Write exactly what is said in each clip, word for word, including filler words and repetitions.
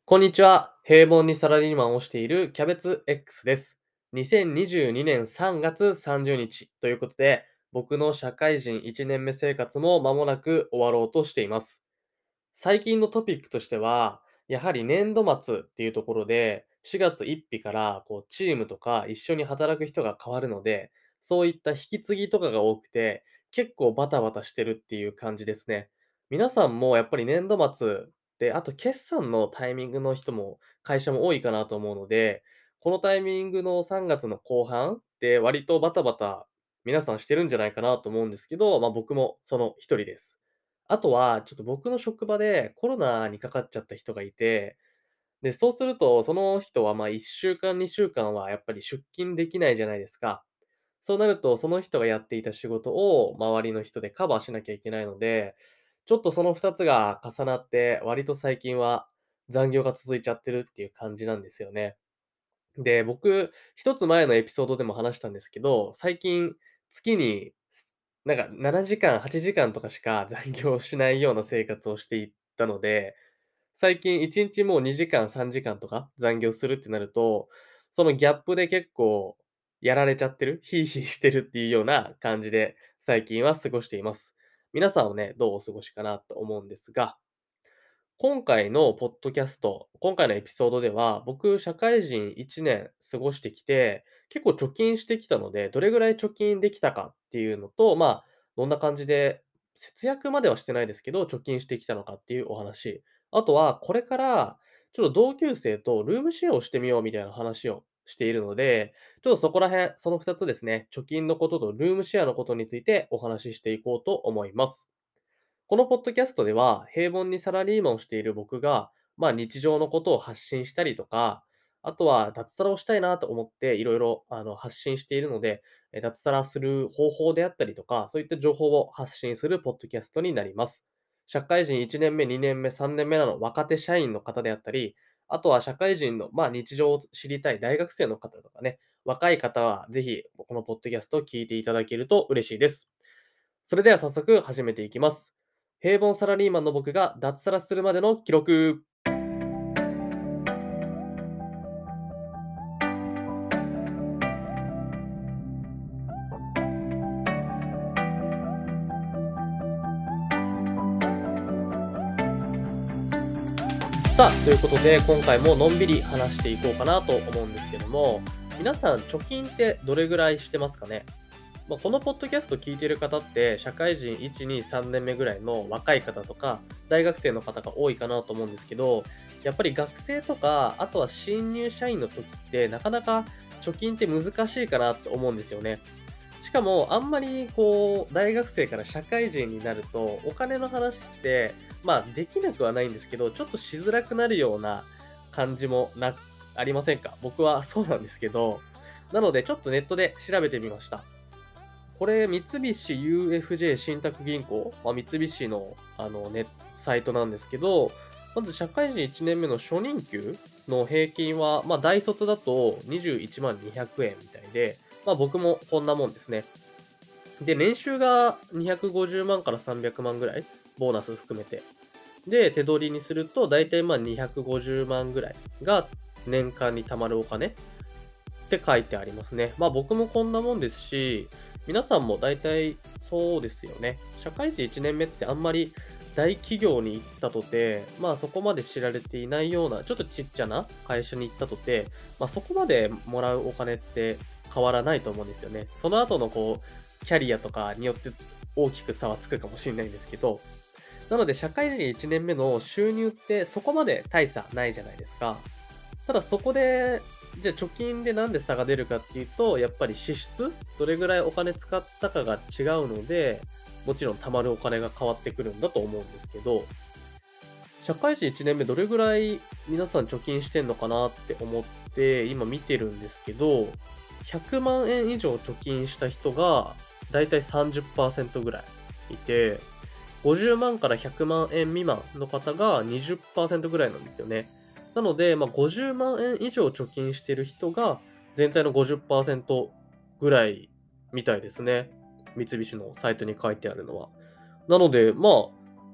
こんにちは。平凡にサラリーマンをしているキャベツ X です。にせんにじゅうにねんさんがつさんじゅうにちということで、僕の社会人いちねんめ生活も間もなく終わろうとしています。最近のトピックとしては、やはり年度末っていうところで、しがつついたちからこうチームとか一緒に働く人が変わるので、そういった引き継ぎとかが多くて、結構バタバタしてるっていう感じですね。皆さんもやっぱり年度末で、あと決算のタイミングの人も会社も多いかなと思うので、このタイミングのさんがつの後半って割とバタバタ皆さんしてるんじゃないかなと思うんですけど、まあ僕もその一人です。あとは、ちょっと僕の職場でコロナにかかっちゃった人がいて、で、そうすると、その人は、ま、いっしゅうかん、にしゅうかんはやっぱり出勤できないじゃないですか。そうなると、その人がやっていた仕事を周りの人でカバーしなきゃいけないので、ちょっとそのふたつが重なって、割と最近は残業が続いちゃってるっていう感じなんですよね。で、僕、一つ前のエピソードでも話したんですけど、最近月に、すなんかななじかん、はちじかんとかしか残業しないような生活をしていったので、最近いちにちもうにじかん、さんじかんとか残業するってなると、そのギャップで結構やられちゃってる、ヒーヒーしてるっていうような感じで、最近は過ごしています。皆さんはね、どうお過ごしかなと思うんですが、今回のポッドキャスト、今回のエピソードでは、僕、社会人いちねん過ごしてきて、結構貯金してきたので、どれぐらい貯金できたかっていうのと、まあ、どんな感じで、節約まではしてないですけど、貯金してきたのかっていうお話。あとは、これから、ちょっと同級生とルームシェアをしてみようみたいな話をしているので、ちょっとそこら辺、そのふたつですね、貯金のこととルームシェアのことについてお話ししていこうと思います。このポッドキャストでは、平凡にサラリーマンをしている僕が、まあ日常のことを発信したりとか、あとは脱サラをしたいなと思っていろいろあの発信しているので、え脱サラする方法であったりとか、そういった情報を発信するポッドキャストになります。社会人いちねんめ、にねんめ、さんねんめなの若手社員の方であったり、あとは社会人の、まあ、日常を知りたい大学生の方とかね、若い方はぜひこのポッドキャストを聞いていただけると嬉しいです。それでは早速始めていきます。平凡サラリーマンの僕が脱サラするまでの記録。さあ、ということで今回ものんびり話していこうかなと思うんですけども、皆さん貯金ってどれぐらいしてますかね？まあ、このポッドキャスト聞いてる方って、社会人いち、に、さんねんめぐらいの若い方とか、大学生の方が多いかなと思うんですけど、やっぱり学生とか、あとは新入社員の時って、なかなか貯金って難しいかなと思うんですよね。しかも、あんまりこう、大学生から社会人になると、お金の話って、まあ、できなくはないんですけど、ちょっとしづらくなるような感じもなありませんか？僕はそうなんですけど、なのでちょっとネットで調べてみました。これ、三菱 ユーエフジェー 信託銀行、まあ、三菱の、あの、ね、サイトなんですけど、まず社会人いちねんめの初任給の平均は、まあ、大卒だとにじゅういちまんにひゃくえんみたいで、まあ、僕もこんなもんですね。で、年収がにひゃくごじゅうまんからさんびゃくまんぐらい、ボーナス含めて。で、手取りにすると、だいたいまあにひゃくごじゅうまんぐらいが年間に貯まるお金って書いてありますね。まあ僕もこんなもんですし、皆さんも大体そうですよね。社会人いちねんめってあんまり大企業に行ったとて、まあそこまで知られていないような、ちょっとちっちゃな会社に行ったとて、まあそこまでもらうお金って変わらないと思うんですよね。その後のこう、キャリアとかによって大きく差はつくかもしれないんですけど、なので社会人いちねんめの収入ってそこまで大差ないじゃないですか。ただそこで、じゃあ貯金でなんで差が出るかっていうと、やっぱり支出どれぐらいお金使ったかが違うので、もちろん貯まるお金が変わってくるんだと思うんですけど、社会人いちねんめどれぐらい皆さん貯金してんのかなって思って今見てるんですけど、ひゃくまん円以上貯金した人がだいたいさんじゅっパーセントぐらいいて、ごじゅうまんからひゃくまん円未満の方がにじゅっパーセントぐらいなんですよね。なので、まあ、ごじゅうまん円以上貯金してる人が全体のごじゅっパーセントぐらいみたいですね。三菱のサイトに書いてあるのは。なので、まあ、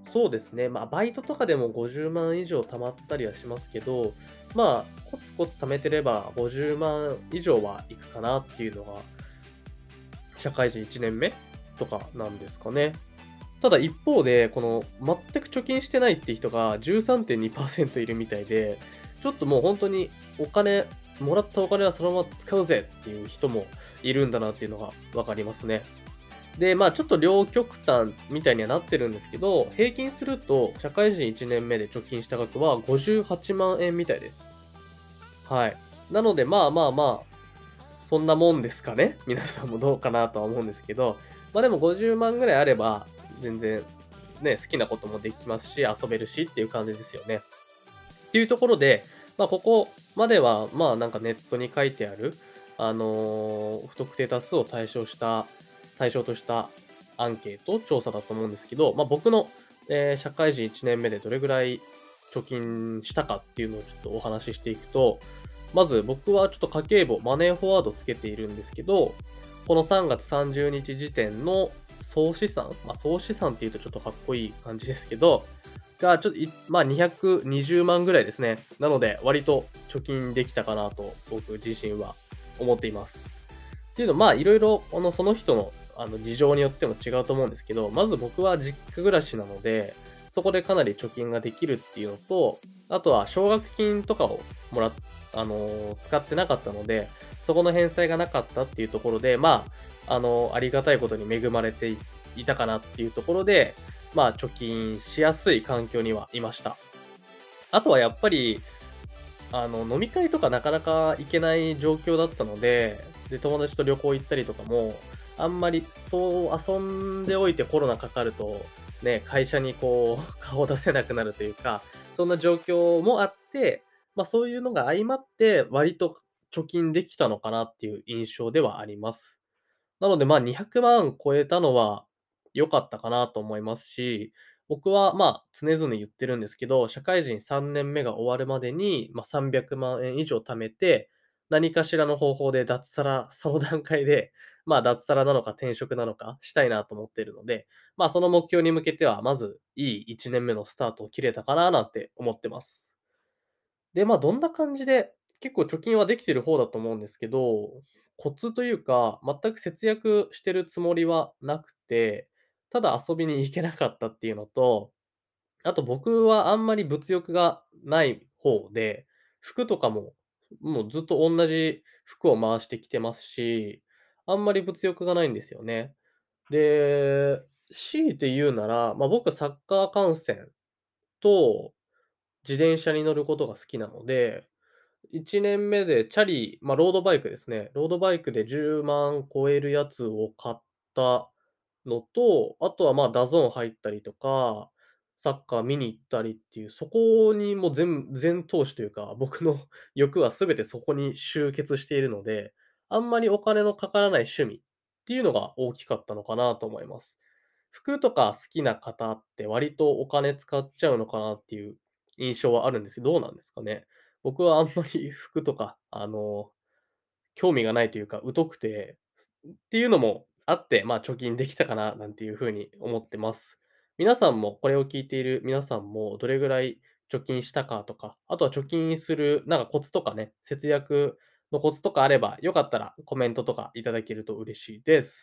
そうですね。まあ、バイトとかでもごじゅうまん以上貯まったりはしますけど、まあ、コツコツ貯めてればごじゅうまん以上はいくかなっていうのが、社会人いちねんめとかなんですかね。ただ一方で、この全く貯金してないって人がじゅうさんてんにパーセントいるみたいで、ちょっともう本当にお金もらったお金はそのまま使うぜっていう人もいるんだなっていうのが分かりますね。で、まあ、ちょっと両極端みたいにはなってるんですけど、平均すると社会人いちねんめで貯金した額はごじゅうはちまん円みたいです。はい。なので、まあまあまあ、そんなもんですかね。皆さんもどうかなとは思うんですけど、まあでもごじゅうまんぐらいあれば、全然ね、好きなこともできますし、遊べるしっていう感じですよね。っていうところで、まあここまでは、まあなんかネットに書いてある、あのー不特定多数を対象した、対象としたアンケート、調査だと思うんですけど、まあ僕の、えー社会人いちねんめでどれぐらい貯金したかっていうのをちょっとお話ししていくと、まず僕はちょっと家計簿、マネーフォワードつけているんですけど、このさんがつさんじゅうにち時点の総資産、まあ、総資産っていうとちょっとかっこいい感じですけど、が、ちょっとい、まあ、にひゃくにじゅうまんぐらいですね。なので、割と貯金できたかなと、僕自身は思っています。っていうの、まあ、いろいろ、あの、その人の、あの、事情によっても違うと思うんですけど、まず僕は実家暮らしなので、そこでかなり貯金ができるっていうのと、あとは奨学金とかをもらっ、あのー使ってなかったので、そこの返済がなかったっていうところで、まあ、あのーありがたいことに恵まれていいたかなっていうところで、まあ、貯金しやすい環境にはいました。あとはやっぱり、あの、飲み会とかなかなか行けない状況だったので、で、友達と旅行行ったりとかも、あんまりそう遊んでおいてコロナかかると、ね、会社にこう、顔出せなくなるというか、そんな状況もあって、まあそういうのが相まって、割と貯金できたのかなっていう印象ではあります。なので、まあ、にひゃくまん超えたのは良かったかなと思いますし、僕は、まあ、常々言ってるんですけど、社会人さんねんめが終わるまでに、まあ、さんびゃくまん円以上貯めて、何かしらの方法で脱サラ、その段階で、まあ、脱サラなのか転職なのかしたいなと思っているので、まあ、その目標に向けては、まず、いいいちねんめのスタートを切れたかななんて思ってます。で、まあ、どんな感じで、結構貯金はできてる方だと思うんですけど、コツというか、全く節約してるつもりはなくて、ただ遊びに行けなかったっていうのと、あと僕はあんまり物欲がない方で、服とかも、もうずっと同じ服を回してきてますし、あんまり物欲がないんですよね。で、強いて言うなら、ま、僕サッカー観戦と自転車に乗ることが好きなので、いちねんめでチャリ、まあ、ロードバイクですね。ロードバイクでじゅうまん超えるやつを買ったのと、あとは、ま、ダゾーン入ったりとか、サッカー見に行ったりっていう、そこにもう全全投資というか、僕の欲は全てそこに集結しているので、あんまりお金のかからない趣味っていうのが大きかったのかなと思います。服とか好きな方って割とお金使っちゃうのかなっていう印象はあるんですけど、どうなんですかね？僕はあんまり服とか、あの、興味がないというか、疎くて、っていうのもあって、まあ、貯金できたかななんていう風に思ってます。皆さんもこれを聞いている皆さんもどれぐらい貯金したかとか、あとは貯金するなんかコツとかね、節約のコツとかあれば、よかったらコメントとかいただけると嬉しいです。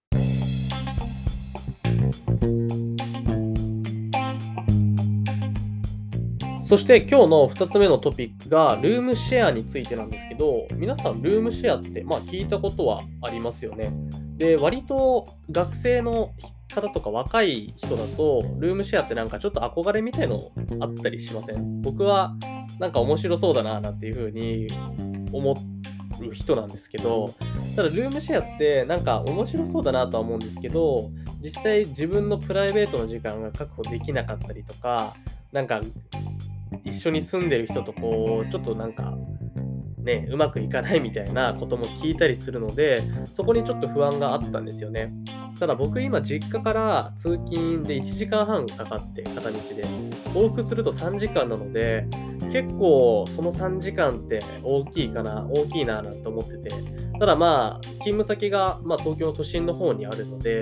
そして今日のふたつめのトピックがルームシェアについてなんですけど、皆さんルームシェアって、まあ、聞いたことはありますよね。で、割と学生の方とか若い人だと、ルームシェアってなんかちょっと憧れみたいのあったりしません？僕はなんか面白そうだななんていう風に思う人なんですけど、ただルームシェアってなんか面白そうだなとは思うんですけど、実際自分のプライベートの時間が確保できなかったりとか、なんか一緒に住んでる人とこう、ちょっとなんか、ね、うまくいかないみたいなことも聞いたりするので、そこにちょっと不安があったんですよね。ただ僕今実家から通勤でいちじかんはんかかって片道で、往復するとさんじかんなので、結構そのさんじかんって大きいかな、大きいななんて思ってて、ただまあ、勤務先が、まあ、東京の都心の方にあるので、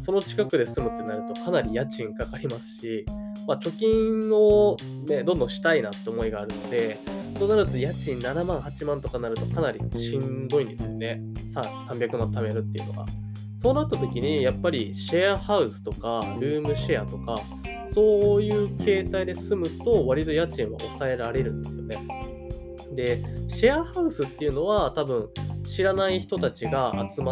その近くで住むってなるとかなり家賃かかりますし、まあ、貯金を、ね、どんどんしたいなって思いがあるので、そうなると家賃ななまん、はちまんとかなるとかなりしんどいんですよね。ささんびゃくまん貯めるっていうのが。そうなった時に、やっぱりシェアハウスとか、ルームシェアとか、そういう形態で住むと割と家賃は抑えられるんですよね。で、シェアハウスっていうのは多分知らない人たちが集まって、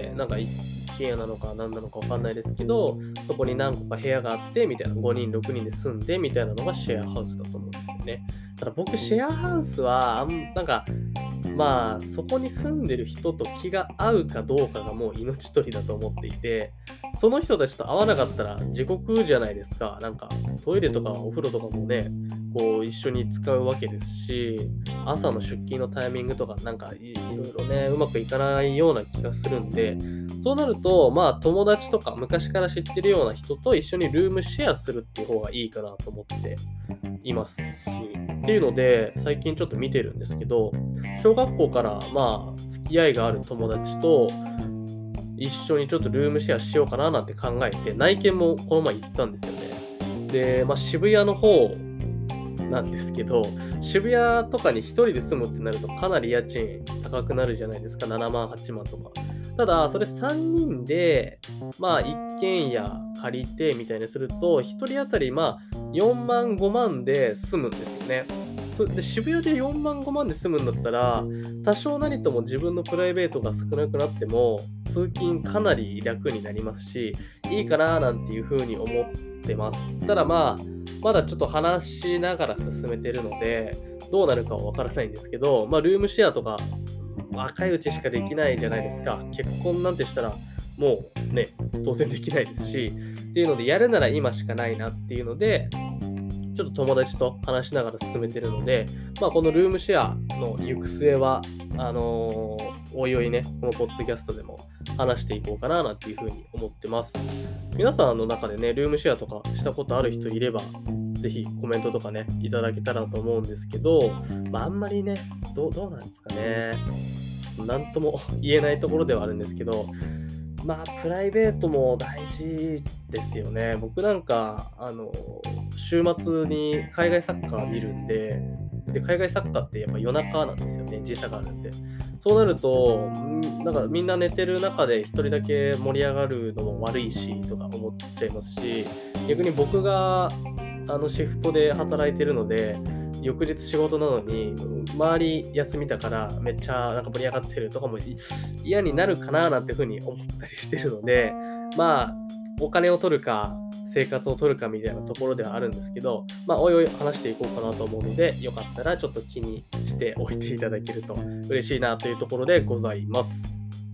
なんか一軒家なのか何なのかわかんないですけど、そこに何個か部屋があってみたいな、ごにんろくにんで住んでみたいなのがシェアハウスだと思うんですよね。ただ僕シェアハウスはあんなんかまあそこに住んでる人と気が合うかどうかがもう命取りだと思っていて、その人たちと会わなかったら地獄じゃないですか。なんかトイレとかお風呂とかもね、こう一緒に使うわけですし、朝の出勤のタイミングとかなんかいいろいろねうまくいかないような気がするんで、そうなるとまあ友達とか昔から知ってるような人と一緒にルームシェアするっていう方がいいかなと思っていますっていうので、最近ちょっと見てるんですけど、小学校からまあ付き合いがある友達と一緒にちょっとルームシェアしようかななんて考えて、内見もこの前行ったんですよね。で、まあ、渋谷の方なんですけど、渋谷とかに一人で住むってなるとかなり家賃高くなるじゃないですか。ななまん、はちまんとか。ただ、それさんにんで、まあ、一軒家借りてみたいにすると、ひとり当たりまあよんまん、ごまんで済むんですよね。それで渋谷でよんまん、ごまんで済むんだったら、多少なりとも自分のプライベートが少なくなっても、通勤かなり楽になりますし、いいかななんていう風に思ってます。ただまあ、まだちょっと話しながら進めてるので、どうなるかはわからないんですけど、まあ、ルームシェアとか、若いうちしかできないじゃないですか。結婚なんてしたら、もうね、当然できないですし、っていうので、やるなら今しかないなっていうので、ちょっと友達と話しながら進めてるので、まあ、このルームシェアの行く末は、あのーおいおいね、このポッドキャストでも話していこうかななんていうふうに思ってます。皆さんの中でね、ルームシェアとかしたことある人いれば、ぜひコメントとかね、いただけたらと思うんですけど、まあ、あんまりね、どう、どうなんですかね。なんとも言えないところではあるんですけど、まあ、プライベートも大事ですよね。僕なんか、あの、週末に海外サッカー見るんで、で、海外サッカーってやっぱ夜中なんですよね。時差があるんで。そうなると、んなんかみんな寝てる中で一人だけ盛り上がるのも悪いし、とか思っちゃいますし、逆に僕が、あの、シフトで働いてるので、翌日仕事なのに、周り休みだからめっちゃなんか盛り上がってるとかも嫌になるかななんてふうに思ったりしてるので、まあ、お金を取るか、生活を取るかみたいなところではあるんですけど、まあ、おいおい話していこうかなと思うので、よかったらちょっと気にしておいていただけると嬉しいなというところでございます。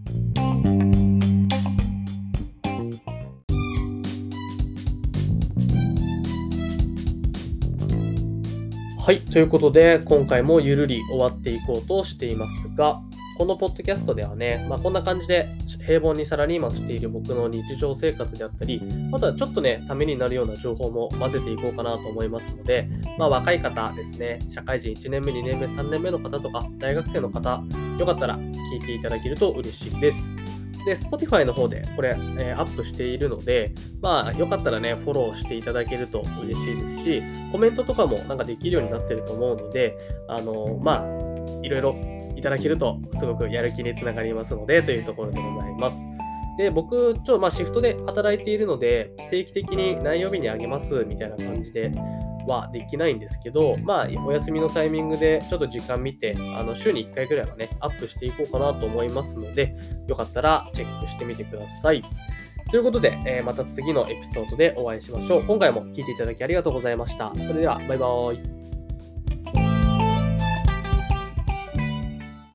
はい。ということで、今回もゆるり終わっていこうとしていますが、このポッドキャストではね、まあ、こんな感じで平凡にサラリーマンしている僕の日常生活であったり、あとはちょっとね、ためになるような情報も混ぜていこうかなと思いますので、まあ、若い方ですね、社会人いちねんめ、にねんめ、さんねんめの方とか、大学生の方、よかったら聞いていただけると嬉しいです。で、Spotify の方でこれ、えーアップしているので、まあ、よかったらね、フォローしていただけると嬉しいですし、コメントとかもなんかできるようになってると思うので、あのーまあ、いろいろいただけるとすごくやる気につながりますので、というところでございます。で、僕、ちょっとまあシフトで働いているので、定期的に何曜日にあげますみたいな感じではできないんですけど、まあ、お休みのタイミングでちょっと時間見て、あの週にいっかいぐらいはね、アップしていこうかなと思いますので、よかったらチェックしてみてください。ということで、えーまた次のエピソードでお会いしましょう。今回も聞いていただきありがとうございました。それでは、バイバーイ。